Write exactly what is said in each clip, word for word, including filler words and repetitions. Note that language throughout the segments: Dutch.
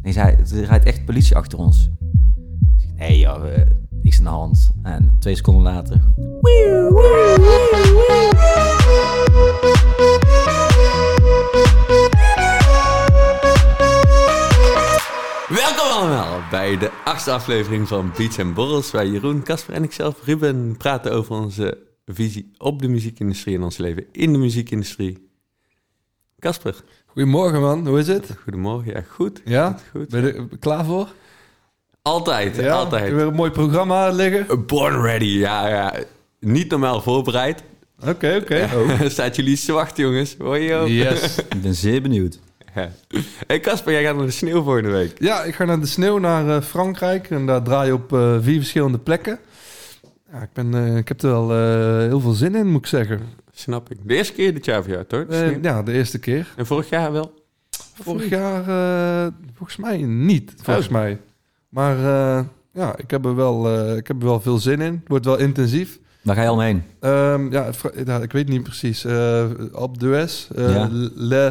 hij zei, er rijdt echt politie achter ons. Ik zeg, nee joh, uh, niks aan de hand. En twee seconden later... Welkom allemaal bij de achtste aflevering van Beats and Borrels, waar Jeroen, Casper en ikzelf, Ruben, praten over onze visie op de muziekindustrie en ons leven in de muziekindustrie. Casper. Goedemorgen man, hoe is het? Goedemorgen, ja goed. Ja? Goed, goed. Ben je er klaar voor? Altijd, Ja? altijd. Heb je weer een mooi programma liggen? Born ready, ja, ja. Niet normaal voorbereid. Oké, okay, oké. Okay. Oh. Staat jullie te wachten, jongens. Hoi, joh. Yes. Ik ben zeer benieuwd. Ja. Hey Casper, jij gaat naar de sneeuw volgende week. Ja, ik ga naar de sneeuw, naar uh, Frankrijk. En daar draai je op uh, vier verschillende plekken. Ja, ik, ben, uh, ik heb er wel uh, heel veel zin in, moet ik zeggen. Snap ik. De eerste keer dit jaar voor jou, toch? Uh, ja, de eerste keer. En vorig jaar wel? Vorig jaar, uh, volgens mij niet, volgens oh. mij. Maar uh, ja, ik heb, er wel, uh, ik heb er wel veel zin in. Het wordt wel intensief. Waar ga je al heen? Um, ja, ja, ik weet niet precies. Uh, Alpe d'Huez, uh, ja. Le...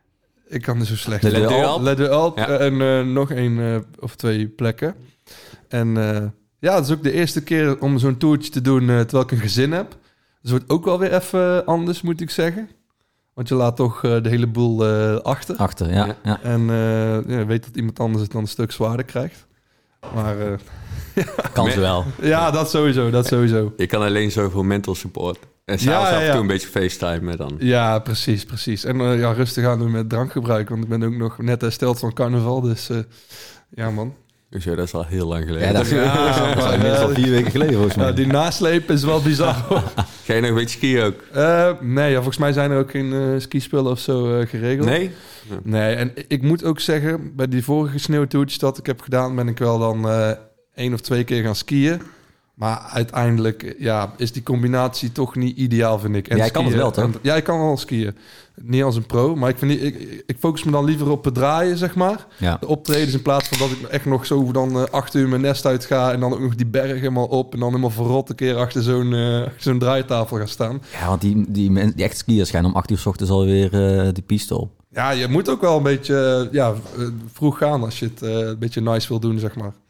Ik kan er zo slecht. Le Deux Alpes. Le Deux Alpes. Ja. En uh, nog één uh, of twee plekken. En uh, ja, het is ook de eerste keer om zo'n toertje te doen uh, terwijl ik een gezin heb. Dus het wordt ook wel weer even anders, moet ik zeggen. Want je laat toch uh, de hele boel uh, achter. Achter, ja. ja. En uh, ja, weet dat iemand anders het dan een stuk zwaarder krijgt. Maar... Uh, kan ze wel. Ja, dat sowieso, dat sowieso. Je kan alleen zoveel mental support. En s'avonds ja, ja, ja. af en toe een beetje facetimen dan. Ja, precies, precies. En uh, ja, rustig aan doen met drankgebruik. Want ik ben ook nog net hersteld van carnaval. Dus uh, ja, man. Dus ja, dat is al heel lang geleden. Ja, dat is, ja, dat is inmiddels al vier weken geleden, volgens mij. Ja, die nasleep is wel bizar. Ga je nog een beetje skiën ook? Uh, nee, ja, volgens mij zijn er ook geen uh, skispullen of zo uh, geregeld. Nee? Ja. Nee, en ik moet ook zeggen, bij die vorige sneeuwtoertjes dat ik heb gedaan, ben ik wel dan uh, één of twee keer gaan skiën. Maar uiteindelijk ja, is die combinatie toch niet ideaal, vind ik. En ja, ik kan het wel, toch? En, ja, ik kan wel skiën. Niet als een pro, maar ik, vind niet, ik, ik focus me dan liever op het draaien, zeg maar. Ja. De optredens in plaats van dat ik echt nog zo dan uh, acht uur mijn nest uit ga en dan ook nog die berg helemaal op en dan helemaal verrot een keer achter zo'n, uh, zo'n draaitafel gaan staan. Ja, want die, die, die, die echte skiers gaan om acht uur 's ochtends alweer uh, die piste op. Ja, je moet ook wel een beetje uh, ja, vroeg gaan als je het uh, een beetje nice wil doen, zeg maar.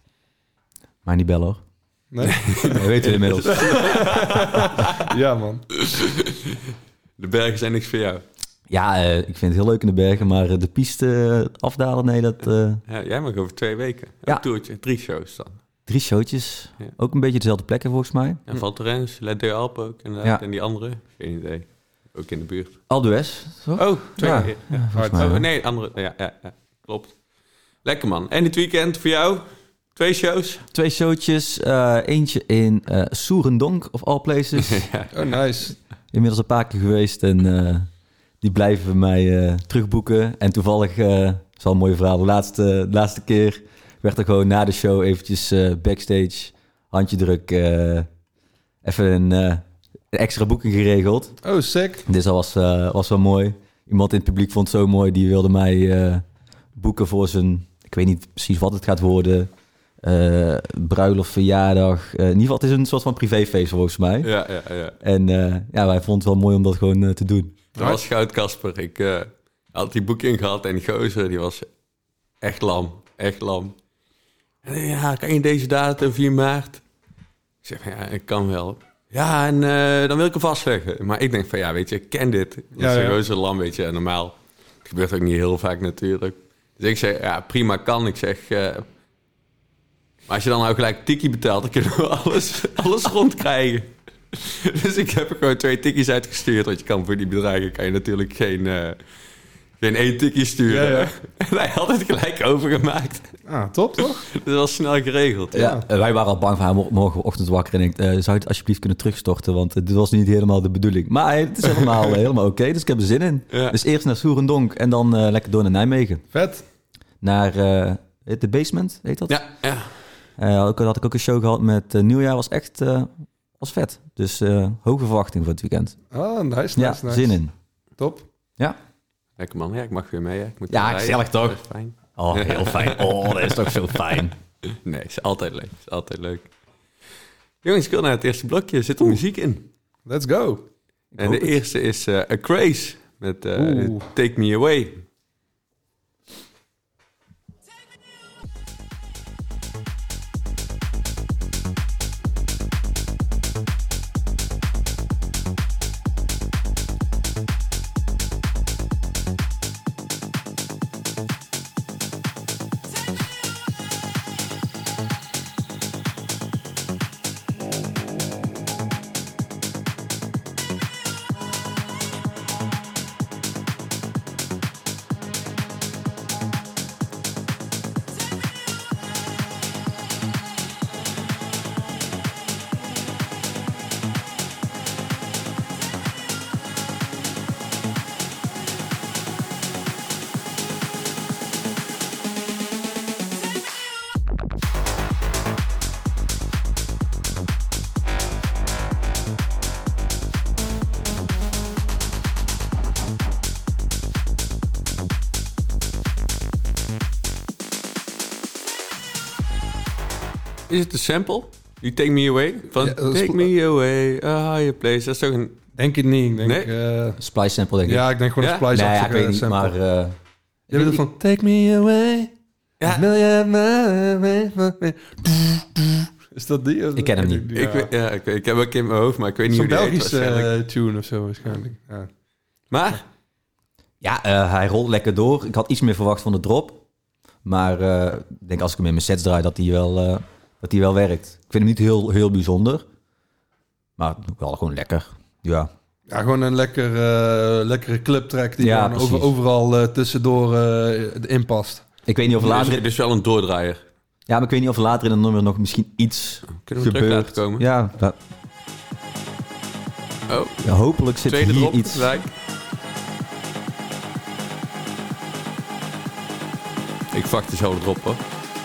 Maar niet bellen, hoor. Nee? Nee, weet je inmiddels. Ja, man. De bergen zijn niks voor jou. Ja, uh, ik vind het heel leuk in de bergen, maar uh, de piste uh, afdalen, nee, dat... Uh... Ja, jij mag over twee weken. Ja. Een toertje, drie shows dan. Drie showtjes. Ja. Ook een beetje dezelfde plekken, volgens mij. Ja, Val Thorens, Le Deux Alpes ook. En, ja. en die andere, geen idee. Ook in de buurt. Alpe d'Huez, toch? Oh, twee ja. keer. Ja. Ja, mij, oh, nee, andere. Ja, ja, ja, klopt. Lekker, man. En dit weekend voor jou? Twee shows? Twee showtjes. Uh, eentje in uh, Soerendonk, of all places. Ja. Oh, nice. Inmiddels een paar keer geweest en uh, die blijven mij uh, terugboeken. En toevallig, uh, dat is wel een mooie verhaal, de laatste, de laatste keer werd er gewoon na de show eventjes uh, backstage, handje druk, uh, even een, uh, een extra boeking geregeld. Oh, sick. Dus dat was, uh, was wel mooi. Iemand in het publiek vond het zo mooi, die wilde mij uh, boeken voor zijn, ik weet niet precies wat het gaat worden... Uh, bruiloft, verjaardag. Uh, in ieder geval, het is een soort van privéfeest volgens mij. Ja, ja, ja. En uh, ja, wij vonden het wel mooi om dat gewoon uh, te doen. Dat was goud, Casper. Ik uh, had die boeking gehad en die gozer, die was echt lam. Echt lam. En ja, kan je deze datum, vier maart? Ik zeg van, ja, ik kan wel. Ja, en uh, dan wil ik hem vastleggen. Maar ik denk van, ja, weet je, ik ken dit. Dat ja, is een ja. gozer lam, weet je. En normaal, het gebeurt ook niet heel vaak natuurlijk. Dus ik zeg, ja, prima kan. Ik zeg... Uh, Maar als je dan nou gelijk tikkie betaalt, dan kunnen we alles, alles rondkrijgen. Dus ik heb er gewoon twee tikkies uitgestuurd. Want je kan voor die bedragen kan je natuurlijk geen, uh, geen één tikkie sturen. Ja, ja. En hij had het gelijk overgemaakt. Ah, top toch? Dat was snel geregeld. Ja, ja. Wij waren al bang van hem morgenochtend wakker. En ik uh, zou je het alsjeblieft kunnen terugstorten? Want uh, dit was niet helemaal de bedoeling. Maar het is helemaal, uh, helemaal oké. Okay, dus ik heb er zin in. Ja. Dus eerst naar Soerendonk en dan uh, lekker door naar Nijmegen. Vet. Naar uh, de Basement, heet dat? Ja, ja. Uh, ook had ik ook een show gehad met uh, Nieuwjaar, was echt uh, was vet. Dus uh, hoge verwachting voor het weekend. Oh, nice, nice, ja, nice. Zin in. Top. Ja. Lekker man, ja, ik mag weer mee. Hè. Ik moet ja, gezellig toch? Dat is fijn. Oh, heel fijn. Oh, dat is toch zo fijn. Nee, is altijd leuk. Is altijd leuk. Jongens, ik wil naar het eerste blokje. Er zit er muziek in. Let's go. Ik en de het. eerste is uh, A Craze met uh, Take Me Away. is het een sample? You Take Me Away? Van Ja, dat is- Take Me Away, a higher place. Dat is toch een... Denk ik niet. Ik denk, Nee? eh, Splice sample, denk ik. ja, ik denk gewoon Ja? een splice nee, ja, ik weet niet, sample. maar... eh, Je bedoelt van Take Me Away. Ja. Wil je me- Is dat die? Ik ken hem niet. Ik, weet, ja, ik, ik heb ook in mijn hoofd, maar ik weet niet Zo'n hoe die heet Belgische waarschijnlijk. eh, tune of zo waarschijnlijk. Ja. Maar, Ja, eh, hij rolt lekker door. Ik had iets meer verwacht van de drop. Maar eh, ik denk als ik hem in mijn sets draai, dat hij wel, eh, dat hij wel werkt. Ik vind hem niet heel, heel bijzonder. Maar wel gewoon lekker. Ja, Ja, gewoon een lekker, eh, lekkere clubtrack die Ja, gewoon over, precies. overal eh, tussendoor eh in past. ik weet niet of het later... is, in- het is wel een doordraaier. Ja, maar ik weet niet of later in het nummer nog misschien iets Kunnen we terug gebeurt. laten komen? Ja, ja, Oh, ja, hopelijk zit tweede hier drop, iets... gelijk. Ik vak dezelfde drop, hoor.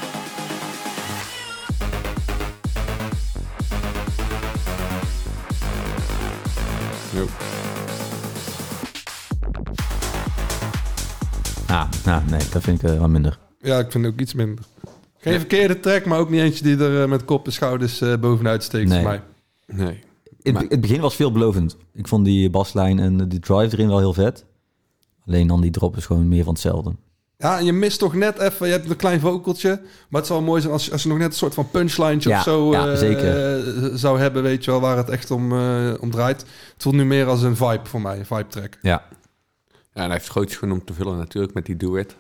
Jo. Ah, nou, nee, dat vind ik eh, wel minder. Ja, ik vind het ook iets minder. Geen Ja. verkeerde track, maar ook niet eentje die er eh, met kop en schouders eh, bovenuit steekt Nee. voor mij. Nee. Het, Maar- het begin was veelbelovend. Ik vond die baslijn en de drive erin wel heel vet. Alleen dan die drop is gewoon meer van hetzelfde. Ja, en je mist toch net even, je hebt een klein vocaltje, maar het zou wel mooi zijn als, als je nog net een soort van punchline Ja, of zo ja, eh, zeker. zou hebben, weet je wel, waar het echt om, eh, om draait. Het voelt nu meer als een vibe voor mij, een vibe track. Ja, Ja, en hij heeft grootjes genoeg om te vullen natuurlijk met die duet.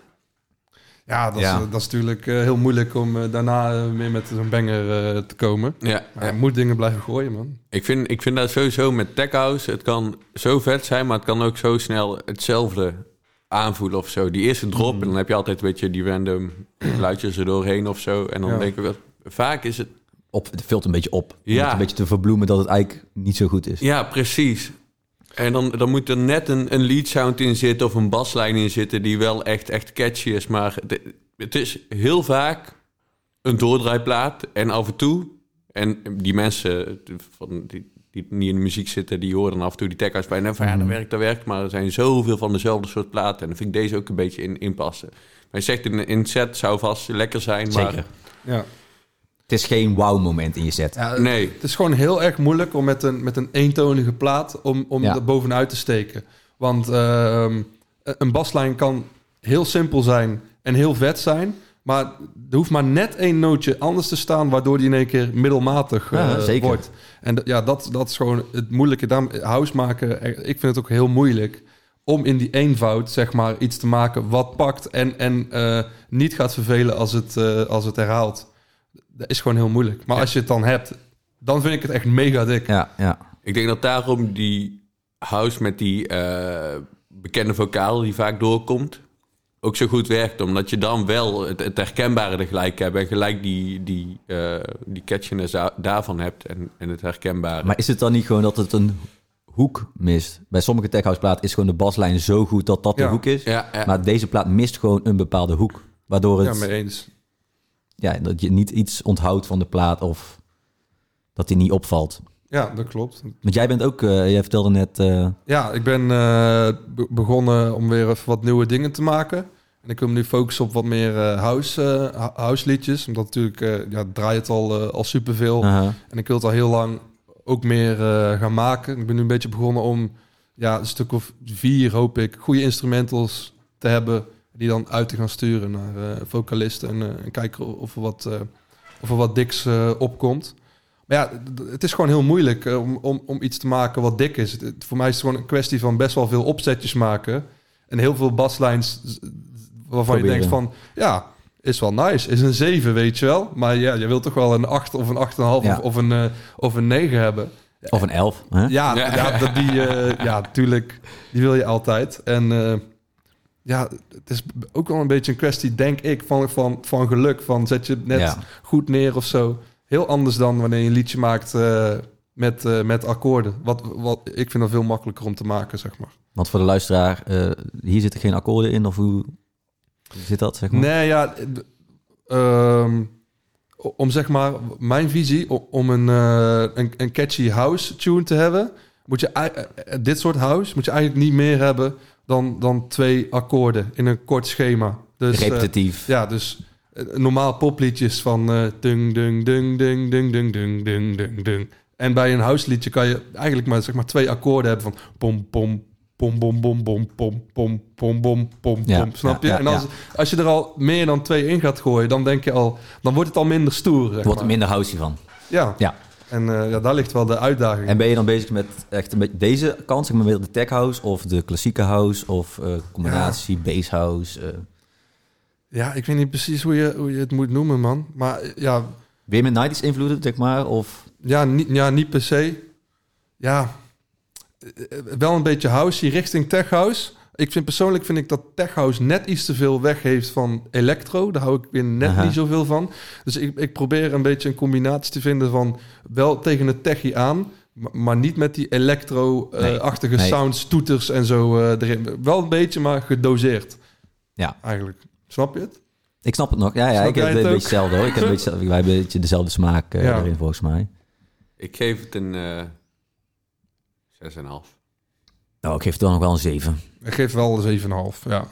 Ja, dat, Ja. Is, dat is natuurlijk eh, heel moeilijk om eh, daarna eh, weer met zo'n banger eh, te komen. Ja, Maar je moet dingen blijven gooien, man. Ik vind, ik vind dat sowieso met tech house, het kan zo vet zijn, maar het kan ook zo snel hetzelfde aanvoelen of zo. Die eerste drop, en dan heb je altijd een beetje die random geluidjes er doorheen of zo. En dan Ja. denk ik, wel, vaak is het... op, het vult een beetje op. Om Ja. het een beetje te verbloemen dat het eigenlijk niet zo goed is. Ja, precies. En dan, dan moet er net een, een lead sound in zitten of een baslijn in zitten die wel echt, echt catchy is. Maar de- het is heel vaak een doordraaiplaat en af en toe... En die mensen van, die, die niet in de muziek zitten, die horen dan af en toe die tech house bij. En dan van, ja, dat werkt, dat werkt. Maar er zijn zoveel van dezelfde soort platen. En dan vind ik deze ook een beetje in, inpassen. Maar je zegt, in een set zou vast lekker zijn. Maar Zeker. Ja. Het is geen wow-moment in je set. Ja, nee. Het is gewoon heel erg moeilijk om met een, met een eentonige plaat om, om Ja. er bovenuit te steken. Want ehm, een baslijn kan heel simpel zijn en heel vet zijn. Maar er hoeft maar net één nootje anders te staan, waardoor die in één keer middelmatig eh, Ja, zeker. wordt. En d- ja, dat, dat is gewoon het moeilijke. Daarom, house maken, eh, ik vind het ook heel moeilijk om in die eenvoud, zeg maar, iets te maken wat pakt en, en eh, niet gaat vervelen als het, eh, als het herhaalt. Dat is gewoon heel moeilijk. Maar Ja. als je het dan hebt, dan vind ik het echt mega dik. Ja, ja. Ik denk dat daarom die house met die eh, bekende vocaal die vaak doorkomt, ook zo goed werkt. Omdat je dan wel het, het herkenbare er gelijk hebt en gelijk die, die, eh, die catchiness da- daarvan hebt en, en het herkenbare. Maar is het dan niet gewoon dat het een hoek mist? Bij sommige tech house platen is gewoon de baslijn zo goed dat dat de Ja. hoek is. ja, ja. Maar deze plaat mist gewoon een bepaalde hoek. Waardoor Ja, het, mee eens. ja, dat je niet iets onthoudt van de plaat of dat die niet opvalt. Ja, dat klopt. Want jij bent ook, eh jij vertelde net... eh, Ja, ik ben eh, be- begonnen om weer even wat nieuwe dingen te maken. En ik wil me nu focussen op wat meer eh, house, eh, hou- house liedjes. Omdat natuurlijk, eh ja, draai het al, eh, al superveel. aha. En ik wil het al heel lang ook meer eh, gaan maken. Ik ben nu een beetje begonnen om ja, een stuk of vier, hoop ik, goede instrumentals te hebben. Die dan uit te gaan sturen naar eh, vocalisten. En, eh, en kijken of er wat, eh, of er wat diks eh, opkomt. Maar ja, d- d- het is gewoon heel moeilijk eh, om, om, om iets te maken wat dik is. Het, het- voor mij is het gewoon een kwestie van best wel veel opzetjes maken. En heel veel baslijns z- waarvan je Proberen. denkt van... Ja, is wel nice. Is een zeven, weet je wel. Maar ja, je wilt toch wel een acht of een acht komma vijf Ja. of, of, een, eh, of een negen hebben. Of een elf. Hè? Ja, Ja. ja. dat die, eh, ja, tuurlijk. Die wil je altijd. En eh, ja, het is ook wel een beetje een kwestie, denk ik, van, van, van geluk. Van zet je het net Ja. goed neer of zo. Heel anders dan wanneer je een liedje maakt eh, met, eh, met akkoorden. Wat, wat, ik vind dat veel makkelijker om te maken, zeg maar. Want voor de luisteraar, eh, hier zitten geen akkoorden in of hoe zit dat, zeg maar? Nee, ja... d- ehm, om zeg maar, mijn visie, o- om een, eh, een, een catchy house tune te hebben... moet je ei- eh, dit soort house moet je eigenlijk niet meer hebben dan, dan twee akkoorden in een kort schema. Dus, eh, Repetitief. ja, dus normaal popliedjes van uh, dung, dung, dung, dung, dung, dung, dung, dung, dung, dung. En bij een houseliedje kan je eigenlijk maar, zeg maar twee akkoorden hebben van pom, pom, pom, bom, bom, bom, pom, pom, pom, bom, pom, Ja, pom. Snap je? ja, ja, en als, ja. als je er al meer dan twee in gaat gooien, dan denk je al, dan wordt het al minder stoer. Zeg Er wordt er maar. minder housey van. Ja. Ja. En uh, ja, daar ligt wel de uitdaging. En ben je dan bezig met echt een beetje deze kant, zeg maar meer de tech house of de klassieke house of uh, combinatie, bass house? Uh. Ja, ik weet niet precies hoe je, hoe je het moet noemen, man. Maar ja, Weer met nineties invloeden, zeg maar? Of... ja, niet, ja, niet per se. Ja, eh, wel een beetje housey richting tech house. Ik vind persoonlijk vind ik dat tech house net iets te veel weg heeft van electro. Daar hou ik weer net Aha. niet zoveel van. Dus ik, ik probeer een beetje een combinatie te vinden van wel tegen het techie aan, maar, maar niet met die electro-achtige Nee, nee. sounds, toeters en zo uh, erin. Wel een beetje, maar gedoseerd. Ja. Eigenlijk. Snap je het? Ik snap het nog. Ja, ja Snap ik heb jij het een het beetje hetzelfde hoor. Ik heb een beetje, wij hebben een beetje dezelfde smaak uh, Ja. erin volgens mij. Ik geef het een uh, zes komma vijf. Nou, ik geef het dan nog wel een zeven. Ik geef wel een zeven komma vijf, ja.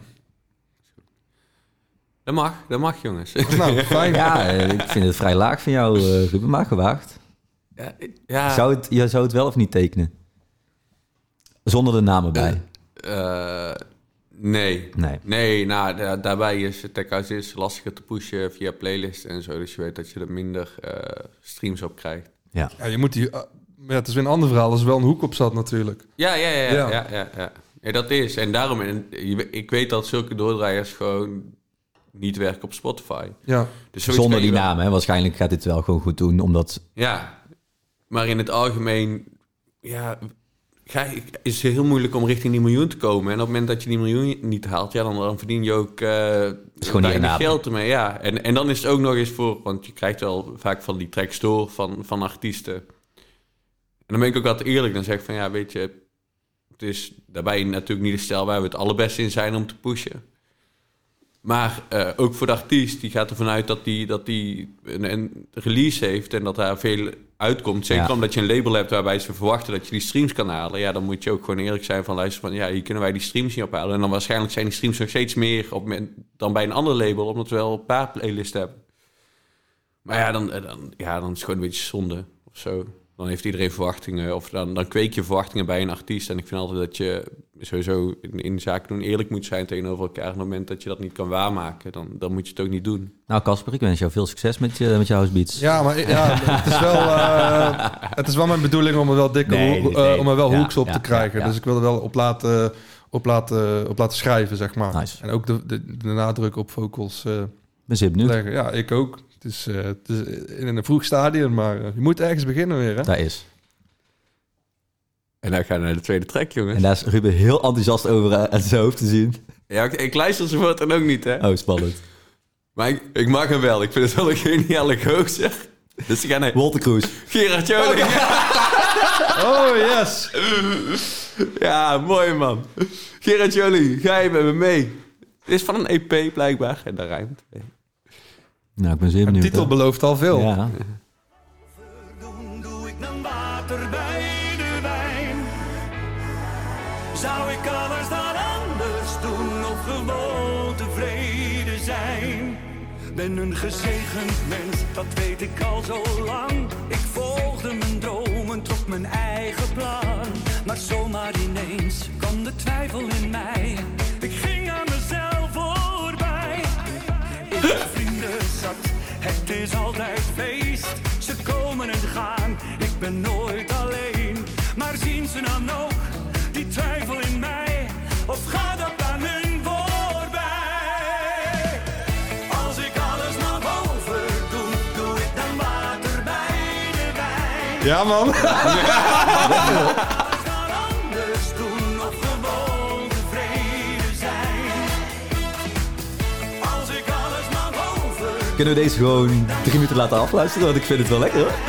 Dat mag, dat mag jongens. Nou, fijn. Ja, uh, ik vind het vrij laag van jou, uh, Ruben, maar gewaagd. ja, ja, Zou het, je zou het wel of niet tekenen? Zonder de namen bij. uh, nee. Nee. Nee, nou, da- daarbij is het tech house is lastiger te pushen via playlists en zo. Dus je weet dat je er minder uh, streams op krijgt. Ja. Ja, je moet die... uh, ja, het is weer een ander verhaal als er wel een hoek op zat natuurlijk. Ja, ja, ja, ja, Ja. ja, ja, ja. Ja, dat is. En daarom, en je- ik weet dat zulke doordraaiers gewoon niet werken op Spotify. Ja, Dus zoiets Zonder kan je die wel- namen, hè? Waarschijnlijk gaat dit wel gewoon goed doen, omdat... Ja, maar in het algemeen, ja, ga, is het heel moeilijk om richting die miljoen te komen. En op het moment dat je die miljoen niet haalt, ja, dan, dan verdien je ook uh, gewoon niet weinig renabel. geld ermee. Ja. En, en dan is het ook nog eens voor, want je krijgt wel vaak van die tracks door van, van artiesten. En dan ben ik ook altijd eerlijk, dan zeg ik van ja, weet je, het is daarbij natuurlijk niet de stijl waar we het allerbeste in zijn om te pushen. Maar uh, ook voor de artiest, die gaat ervan uit dat die, dat die een, een release heeft en dat daar veel uitkomt. Zeker Ja. omdat je een label hebt waarbij ze verwachten dat je die streams kan halen. Ja, dan moet je ook gewoon eerlijk zijn van luister van ja, hier kunnen wij die streams niet ophalen. En dan waarschijnlijk zijn die streams nog steeds meer op moment, dan bij een ander label, omdat we wel een paar playlists hebben. Maar ja, dan, dan, ja, dan is het gewoon een beetje zonde of zo. Dan heeft iedereen verwachtingen. Of dan, dan kweek je verwachtingen bij een artiest. En ik vind altijd dat je sowieso in, in zaken doen eerlijk moet zijn tegenover elkaar. Op het moment dat je dat niet kan waarmaken, dan, dan moet je het ook niet doen. Nou, Casper, ik wens jou veel succes met je, met je housebeats. ja maar ja, het, is wel, uh, het is wel mijn bedoeling om er wel dikke Nee, hoe- nee, uh, om er wel ja, hoeks op ja, te krijgen. ja, ja. Dus ik wil er wel op laten, op laten, op laten schrijven, zeg maar. Nice. En ook de, de, de nadruk op vocals uh, Ik ben zeer benieuwd. leggen. Ja, ik ook. Het is, uh, het is in een vroeg stadium, maar uh, je moet ergens beginnen weer, hè? Daar is. En dan gaan we naar de tweede track, jongens. En daar is Ruben heel enthousiast over uh, aan zijn hoofd te zien. Ja, ik, ik luister ze voor dan ook niet, hè. Oh, spannend. Maar ik, ik mag hem wel. Ik vind het wel een geniale gozer. Dus ik ga naar Walter Kroes. Gerard Joling. Oh, yes! Ja, mooi man. Gerard Joling, ga je met me mee? Het is van een E P blijkbaar. En daar rijmt. Nou, ik ben zeer De benieuwd. titel hè. belooft al veel. Ja. Doen doe ik dan water bij de wijn. Zou ik alles dan anders doen of gewoon tevreden zijn? Ben een gezegend mens, dat weet ik al zo lang. Ik volgde mijn dromen, trok mijn eigen plan. Maar zomaar ineens kwam de twijfel in mij. Ik ging aan mezelf voorbij. Ik heb vrienden zat, het is altijd feest. Ze komen en gaan, ik ben nooit alleen. Maar zien ze dan ook die twijfel in mij? Of gaat dat aan hun voorbij? Als ik alles nog over doe, doe ik dan water bij de wijn. Ja, man. Alles dan anders doen of gewoon tevreden zijn. Als ik alles nog over Kunnen we deze gewoon drie minuten laten afluisteren? Want ik vind het wel lekker, hoor.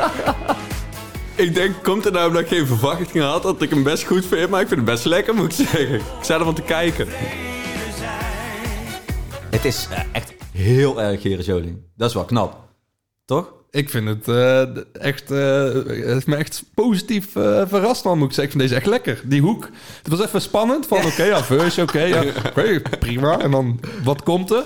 Ik denk, komt er nou omdat ik geen verwachtingen had, dat ik hem best goed vind, maar ik vind het best lekker, moet ik zeggen. Ik sta ervan te kijken. Het is uh, echt heel erg Gerard Joling. Dat is wel knap. Toch? Ik vind het uh, echt, uh, het heeft me echt positief uh, verrast, man, moet ik zeggen. Ik vind deze echt lekker. Die hoek. Het was even spannend. Van oké, okay, ja, verse, oké, okay, ja, okay, prima. En dan, wat komt er?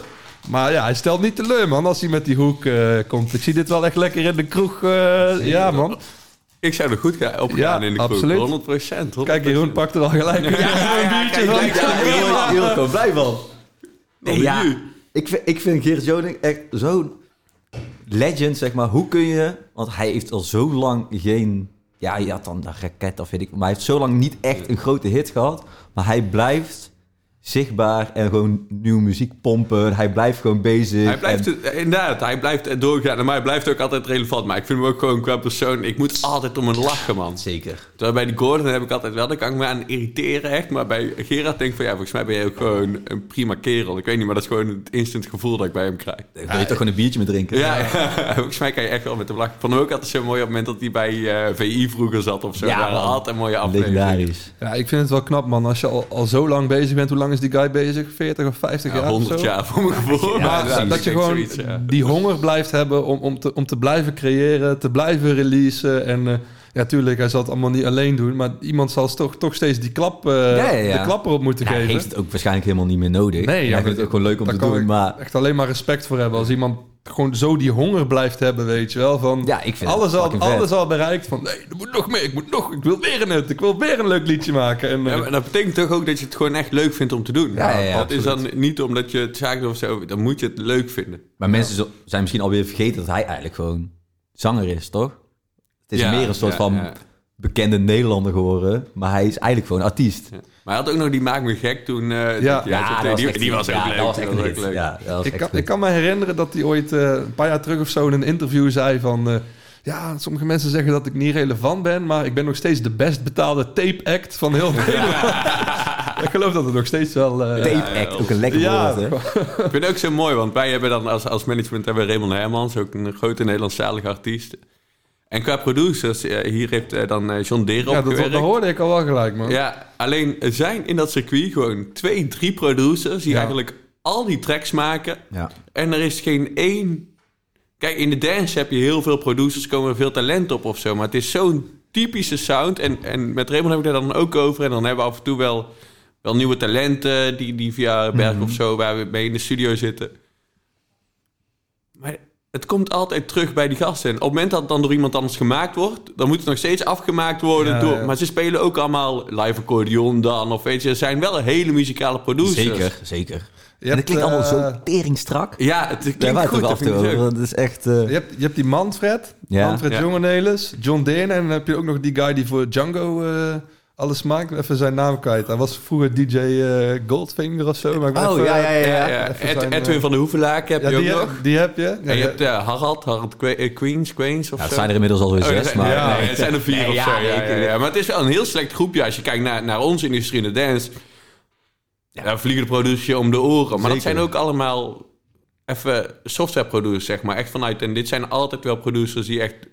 Maar ja, hij stelt niet teleur, man, als hij met die hoek uh, komt. Ik zie dit wel echt lekker in de kroeg. Uh, ja, man. Ik zou er goed gaan opgaan Ja, in de absoluut. kroeg. honderd procent. Kijk, Jeroen pakt er al gelijk een, Ja, ja, een ja, biertje kijk, van. kijk, ja, Heel, heel, heel blij van. Nee, ja, nu? ik vind, ik vind Gerrit Joling echt zo'n legend, zeg maar. Hoe kun je... Want hij heeft al zo lang geen... Ja, je had dan de raket of weet ik... Maar hij heeft zo lang niet echt een grote hit gehad. Maar hij blijft zichtbaar en gewoon nieuwe muziek pompen. Hij blijft gewoon bezig. Hij blijft, en, het, inderdaad, hij blijft doorgaan. Maar hij blijft ook altijd relevant. Maar ik vind hem ook gewoon qua persoon... Ik moet altijd om hem lachen, man. Zeker. Terwijl bij die Gordon heb ik altijd wel... Daar kan ik me aan irriteren, echt. Maar bij Gerard denk ik van... Ja, volgens mij ben je ook gewoon een prima kerel. Ik weet niet, maar dat is gewoon het instant gevoel dat ik bij hem krijg. Daar wil je toch gewoon een biertje mee drinken? Ja, ja. Volgens mij kan je echt wel met hem lachen. Ik vond hem ook altijd zo mooi op het moment dat hij bij uh, V I vroeger zat of zo. Ja, Ja, man. altijd mooie afleveringen. Legendarisch. Ja, ik vind het wel knap, man. Als je al, al zo lang bezig bent, hoe lang is die guy bezig? veertig of vijftig Ja, jaar of honderd zo? jaar voor mijn gevoel. Ja, Maar Maar precies. dat je ik denk gewoon zoiets, ja. die honger blijft hebben om, om, te, om te blijven creëren, te blijven releasen. En uh, ja, tuurlijk, hij zal het allemaal niet alleen doen. Maar iemand zal toch, toch steeds die klap, uh, Ja, ja, ja. de klap erop moeten Ja, hij geven. heeft het ook waarschijnlijk helemaal niet meer nodig. Nee, En ja, hij maar vindt het ook gewoon leuk om daar te kan doen. ik Maar echt alleen maar respect voor hebben. Als iemand gewoon zo die honger blijft hebben, weet je wel. Van ja, ik vind alles, het al, fucking vet. alles al bereikt. Van nee, er moet nog meer. Ik moet nog. Ik wil weer een hit. Ik wil weer een leuk liedje maken. En, uh, Ja, maar dat betekent toch ook dat je het gewoon echt leuk vindt om te doen. Ja, ja, ja, dat is dan niet omdat je het zaak doet of zo. Dan moet je het leuk vinden. Maar mensen zo- zijn misschien alweer vergeten dat hij eigenlijk gewoon zanger is, toch? Het is Ja, meer een soort ja, van ja. bekende Nederlander geworden. Maar hij is eigenlijk gewoon artiest. Ja. Maar hij had ook nog die Maak Me Gek toen... Uh, Ja. dat hij uit- dat die, echt- die was ook ja, leuk. Dat was die echt een ook hit. leuk. Ja, dat was ik, echt kan, goed. ik kan me herinneren dat hij ooit uh, een paar jaar terug of zo in een interview zei van... Uh, ja, sommige mensen zeggen dat ik niet relevant ben, maar ik ben nog steeds de best betaalde tape act van heel Nederland. Ik geloof dat het nog steeds wel... Uh, Tape ja, act, ook een lekker ja, woord, hè? Ik vind het ook zo mooi, want wij hebben dan als, als management hebben we Raymond Hermans, ook een grote Nederlandstalige artiest. En qua producers, eh, hier heeft eh, dan eh, John Deere ja, dat, opgewerkt. dat hoorde ik al wel gelijk, man. Ja, alleen er zijn in dat circuit gewoon twee, drie producers die Ja. eigenlijk al die tracks maken. Ja. En er is geen één... Kijk, in de dance heb je heel veel producers, komen er veel talent op of zo. Maar het is zo'n typische sound. En, en met Raymond heb ik daar dan ook over. En dan hebben we af en toe wel, wel nieuwe talenten die, die via Berg Mhm. of zo, waar we mee in de studio zitten. Maar het komt altijd terug bij die gasten. En op het moment dat het dan door iemand anders gemaakt wordt, dan moet het nog steeds afgemaakt worden. Ja, door, ja. Maar ze spelen ook allemaal live accordeon dan. Of weet je, er zijn wel hele muzikale producers. Zeker, zeker. Je En dat hebt, klinkt allemaal uh, zo teringstrak. Ja, het Daar klinkt waren we goed. het dat af en toe vind ik over. ook. Dat is echt... eh, Je hebt, je hebt die Manfred, Ja. Manfred Ja. Jongenelis, John Deere. En dan heb je ook nog die guy die voor Django uh, alles maakt. Even zijn naam kwijt. Hij was vroeger D J uh, Goldfinger of zo. Maar ik ben Oh, even, ja, ja, ja. Ja, ja. Even Ed- zijn, Edwin uh, van de Hoevelaak heb Ja, je ook die, nog. heb, die heb je. Ja, En je ja. hebt uh, Harald, Harald Que- eh, Queens, Queens of Ja, het zo. zijn er inmiddels alweer Oh, zes, dat zijn- maar... ja. nee, het zijn er vier Nee, of ja, zo. Ja, nee, ja, ik- ja. Maar het is wel een heel select groepje. Als je kijkt naar, naar onze industrie in de dance. Ja, daar vliegen de producers je om de oren. Maar dat Zeker. zijn ook allemaal even software producers, zeg maar. Echt vanuit... En dit zijn altijd wel producers die echt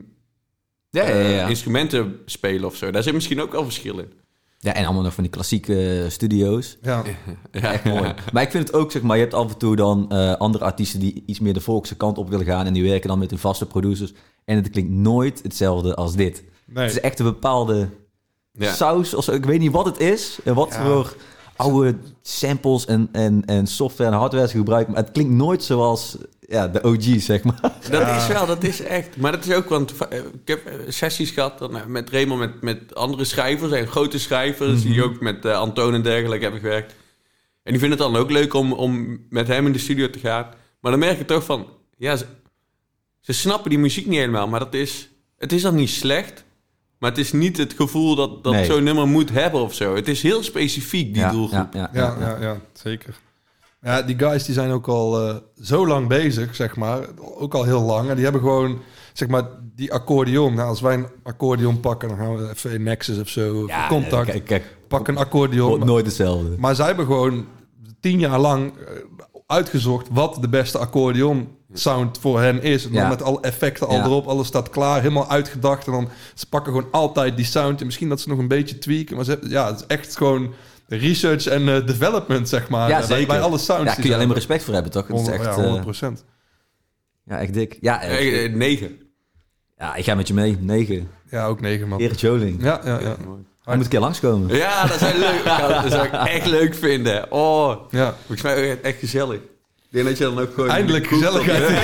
Ja, ja, eh, ja. instrumenten spelen of zo. Daar zit misschien ook wel verschil in. Ja, en allemaal nog van die klassieke studio's. Ja. Ja, Echt mooi. Maar ik vind het ook, zeg maar, je hebt af en toe dan eh, andere artiesten die iets meer de volkse kant op willen gaan. En die werken dan met hun vaste producers. En het klinkt nooit hetzelfde als dit. Nee. Het is echt een bepaalde Ja. saus. Of zo. Ik weet niet wat het is. En wat Ja. voor oude samples en, en, en software en hardware ze gebruiken. Maar het klinkt nooit zoals ja, de O G's, zeg maar. Dat Ja. is wel, dat is echt. Maar dat is ook, want eh, ik heb eh, sessies gehad dan, eh, met Raymond, met, met andere schrijvers en grote schrijvers, die ook met uh, Antoon en dergelijke hebben gewerkt. En die vinden het dan ook leuk om, om met hem in de studio te gaan. Maar dan merk je toch van, ja, ze, ze snappen die muziek niet helemaal, maar dat is, het is dan niet slecht. Maar het is niet het gevoel dat, dat Nee. zo'n nummer moet hebben of zo. Het is heel specifiek, die ja, doelgroep. Ja, ja, Ja, ja, ja, zeker. Ja, die guys die zijn ook al uh, zo lang bezig, zeg maar. Ook al heel lang. En die hebben gewoon, zeg maar, die accordeon. Nou, als wij een accordeon pakken, dan gaan we even in Nexus of zo. Of Ja, Contact. Kijk, kijk, Pak een accordeon. wordt nooit hetzelfde. Maar zij hebben gewoon tien jaar lang uh, uitgezocht wat de beste accordeon sound voor hen is. En dan Ja. met alle effecten al Ja. erop, alles staat klaar, helemaal uitgedacht. En dan ze pakken gewoon altijd die sound. En misschien dat ze nog een beetje tweaken. Maar ze, ja, het is echt gewoon research en uh, development, zeg maar. Ja, bij, zeker. bij alle sounds. Ja, die kun je alleen maar ze respect voor hebben, toch? Het is hebben. echt, Ja, eh, honderd procent. ja, echt dik. Ja, Eh, ik, eh, negen. ja, ik ga met je mee. Negen. Ja, ook negen, man. Gerrit Joling. Ja, ja, ja. Hij moet een keer langskomen. Ja, dat zou leuk. Dat zou ik echt leuk vinden. Oh, ja. volgens mij echt gezellig. denk dat je dan ook gewoon... Eindelijk gezelligheid.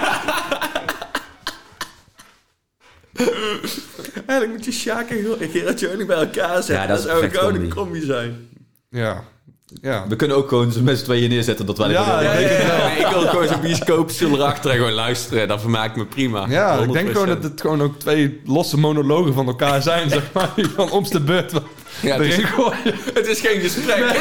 Eigenlijk moet je Sjaak en Gerard Joling bij elkaar zetten. Ja, dat is zou een perfect gouden comedy. combi zijn. Ja. Ja. We kunnen ook gewoon ze met z'n tweeën neerzetten dat wij... Ja, ja, ik denk het wel. Ik wil gewoon zo'n bioscoopstoel erachter en gewoon luisteren. Dat vermaakt me prima. Ja, ik denk honderd procent. gewoon dat het gewoon ook twee losse monologen van elkaar zijn, zeg maar. Die van om de beurt wat Ja, het, erin is, gooien. het is geen gesprek.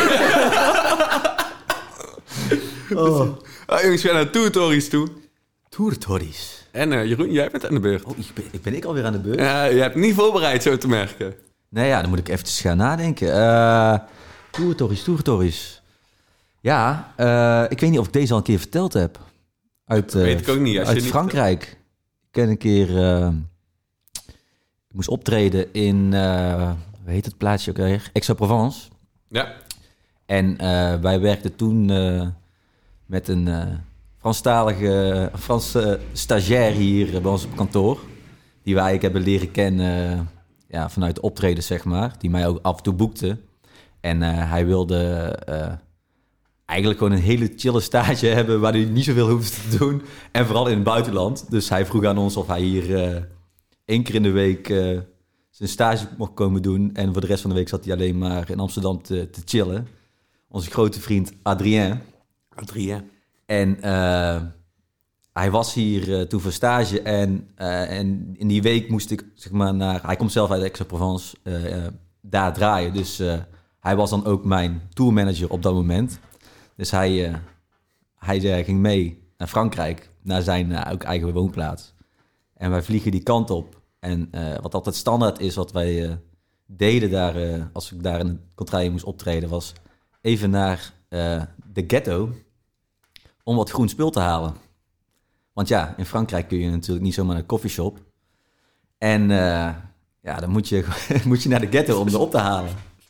Oh. Ah, jongens, we gaan naar Tour Tories toe. Tour Tories. En uh, Jeroen, jij bent aan de beurt. Oh, ik ben, ik ben ik alweer aan de beurt? Ja, je hebt niet voorbereid, zo te merken. Nee, ja, dan moet ik eventjes gaan nadenken. Uh, Tour Tories, Tour Tories. Ja, uh, ik weet niet of ik deze al een keer verteld heb. Uit, uh, weet ik ook niet. Als uit je niet Frankrijk. Ik ken een keer... Uh, ik moest optreden in... Uh, hoe heet het plaatsje ook weer? Aix-en-Provence. Ja. En uh, wij werkten toen uh, met een uh, Franstalige Franse stagiair hier bij ons op kantoor. Die wij ik hebben leren kennen uh, ja, vanuit de optredens, zeg maar. Die mij ook af en toe boekte. En uh, hij wilde uh, eigenlijk gewoon een hele chille stage hebben waar hij niet zoveel hoefde te doen. En vooral in het buitenland. Dus hij vroeg aan ons of hij hier uh, één keer in de week uh, zijn stage mocht komen doen. En voor de rest van de week zat hij alleen maar in Amsterdam te, te chillen. Onze grote vriend Adrien. Adrien. En uh, hij was hier uh, toen voor stage. En, uh, en in die week moest ik zeg maar naar... Hij komt zelf uit Aix-en-Provence. Uh, uh, daar draaien. Dus uh, hij was dan ook mijn tourmanager op dat moment. Dus hij, uh, hij uh, ging mee naar Frankrijk. Naar zijn uh, ook eigen woonplaats. En wij vliegen die kant op. En uh, wat altijd standaard is, wat wij uh, deden daar... Uh, als ik daar in het contraille moest optreden... was even naar uh, de ghetto... om wat groen spul te halen. Want ja, in Frankrijk kun je natuurlijk niet zomaar naar een coffeeshop. En uh, ja, dan moet je, moet je naar de ghetto om er op te halen.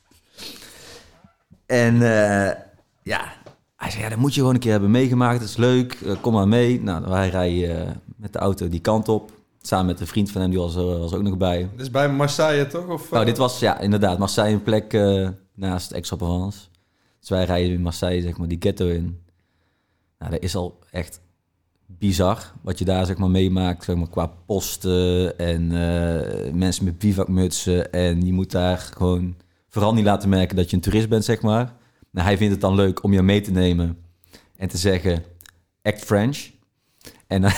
En uh, ja, hij zei, ja, dat moet je gewoon een keer hebben meegemaakt. Dat is leuk, uh, kom maar mee. Nou, wij rijden uh, met de auto die kant op. Samen met een vriend van hem, die was, uh, was ook nog bij. Dit is bij Marseille, toch? Of, uh... Nou, dit was, ja, inderdaad, Marseille een plek uh, naast Aix-en-Provence. Dus wij rijden in Marseille, zeg maar, die ghetto in. Nou, dat is al echt bizar wat je daar zeg maar meemaakt, zeg maar, qua posten en uh, mensen met bivakmutsen. En je moet daar gewoon vooral niet laten merken dat je een toerist bent, zeg maar. Nou, hij vindt het dan leuk om je mee te nemen en te zeggen, act French. En dan,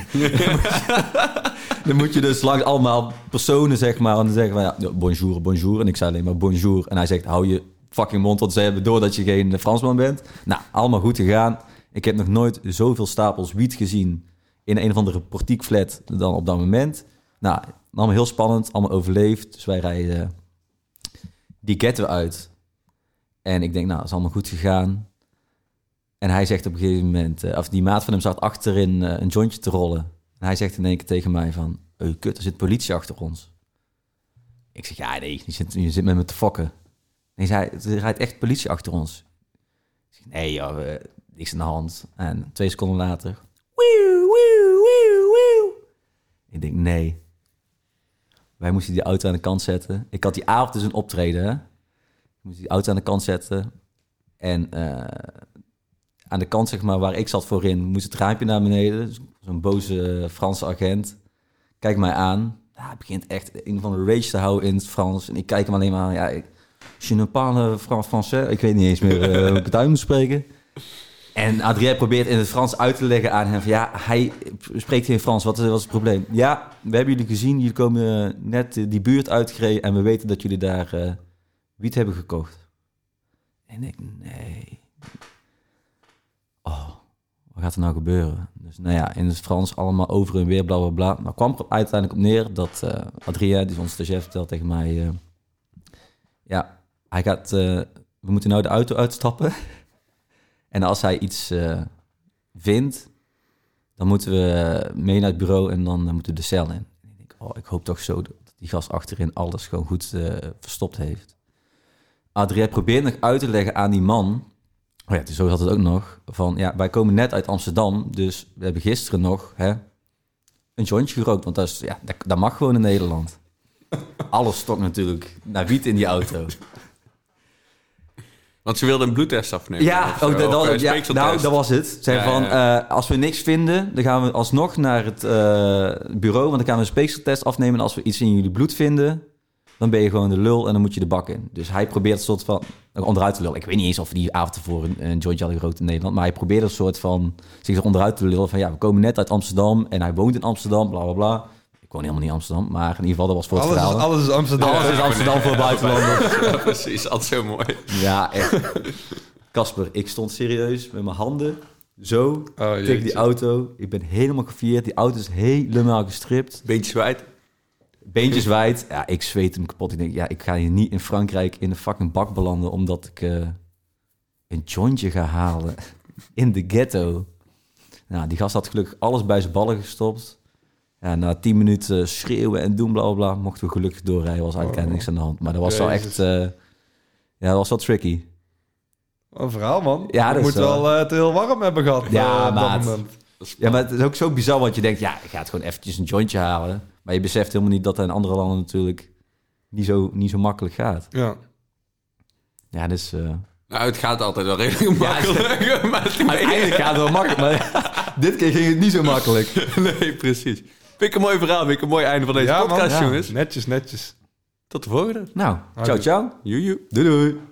dan moet je dus langs allemaal personen, zeg maar, en dan zeggen van, ja, bonjour, bonjour. En ik zei alleen maar bonjour. En hij zegt, hou je fucking mond, want ze hebben door dat je geen Fransman bent. Nou, allemaal goed gegaan. Ik heb nog nooit zoveel stapels wiet gezien in een of andere portiekflat dan op dat moment. Nou, allemaal heel spannend, allemaal overleefd. Dus wij rijden die ghetto uit. En ik denk, nou, dat is allemaal goed gegaan. En hij zegt op een gegeven moment... Uh, of die maat van hem zat achterin uh, een jointje te rollen. En hij zegt in één keer tegen mij van... Oh, kut, er zit politie achter ons. Ik zeg, ja, nee, je zit, je zit met me te fokken. Nee, zei, er rijdt echt politie achter ons. Ik zeg, nee, joh, uh, niks aan de hand. En twee seconden later... Wieuw, wieuw, wieuw, wieuw. Ik denk, nee. Wij moesten die auto aan de kant zetten. Ik had die avond dus een optreden, hè. Ik moest die auto aan de kant zetten. En uh, aan de kant, zeg maar, waar ik zat voorin... moest het raampje naar beneden. Zo'n boze Franse agent. Kijkt mij aan. Ja, hij begint echt een van de rage te houden in het Frans. En ik kijk hem alleen maar aan. Ja, ik, je ne parle français. Ik weet niet eens meer uh, hoe ik het uit moet spreken. En Adrien probeert in het Frans uit te leggen aan hem... van ja, hij spreekt geen Frans. Wat is, wat is het probleem? Ja, we hebben jullie gezien. Jullie komen uh, net uh, die buurt uitgereden... en we weten dat jullie daar uh, wiet hebben gekocht. En ik, nee... Oh, wat gaat er nou gebeuren? Dus nou ja, in het Frans allemaal over en weer, bla bla bla. Maar kwam er uiteindelijk op neer dat uh, Adrien, die is onze stagiair, vertelt tegen mij... Uh, ja, hij gaat... Uh, we moeten nou de auto uitstappen... En als hij iets uh, vindt, dan moeten we mee naar het bureau en dan uh, moeten we de cel in. En ik denk, oh, ik hoop toch zo dat die gast achterin alles gewoon goed uh, verstopt heeft. Adrien probeert nog uit te leggen aan die man, oh ja, zo zat het ook nog, van ja, wij komen net uit Amsterdam, dus we hebben gisteren nog hè, een jointje gerookt, want dat, is, ja, dat, dat mag gewoon in Nederland. Alles stokt natuurlijk naar wiet in die auto. Want ze wilden een bloedtest afnemen. Ja, of zo, oh, dat, of, dat, uh, ja speekseltest. nou, dat was het. Zei Ja, van, ja. uh, als we niks vinden, dan gaan we alsnog naar het uh, bureau. Want dan gaan we een speekseltest afnemen. En als we iets in jullie bloed vinden, dan ben je gewoon de lul en dan moet je de bak in. Dus hij probeert een soort van onderuit te lullen. Ik weet niet eens of we die avond ervoor een, een jointje hadden gerookt in Nederland. Maar hij probeerde een soort van zich er onderuit te lullen. Van ja, we komen net uit Amsterdam en hij woont in Amsterdam, bla bla bla. Ik woon helemaal niet in Amsterdam, maar in ieder geval, dat was voor het Alles is, verhaal. alles is Amsterdam. Alles is Amsterdam voor buitenlanders. Ja, precies. Altijd zo mooi. Ja, echt. Kasper, ik stond serieus met mijn handen zo Oh, tegen jeetje. die auto. Ik ben helemaal gevierd. Die auto is helemaal gestript. Beetje wijd. Beentjes wijd. Ja, ik zweet hem kapot. Ik denk, ja, ik ga hier niet in Frankrijk in een fucking bak belanden... omdat ik uh, een jointje ga halen in de ghetto. Nou, die gast had gelukkig alles bij zijn ballen gestopt. Ja, na tien minuten schreeuwen en doen, bla, bla, bla, mochten we gelukkig doorrijden. Was eigenlijk Oh. niks aan de hand. Maar dat was wel Jezus. echt... Uh, ja, dat was wel tricky. Een verhaal, man. Ja, je dat moet is wel- wel uh, het heel warm hebben gehad. Ja, uh, op dat maat. moment. Ja, maar het is ook zo bizar, want je denkt... ja, ik ga het gewoon eventjes een jointje halen. Maar je beseft helemaal niet dat het in andere landen natuurlijk... niet zo, niet zo makkelijk gaat. Ja. Ja, dus... Uh, Nou, het gaat altijd wel redelijk makkelijk. maar het uiteindelijk gaat het wel makkelijk, maar dit keer ging het niet zo makkelijk. Nee, precies. Vind ik een mooi verhaal. Vind ik een mooi einde van deze Ja, man. podcast, Ja. jongens. Netjes, netjes. Tot de volgende. Nou, ciao, ciao. Joejoe. Doei, doei.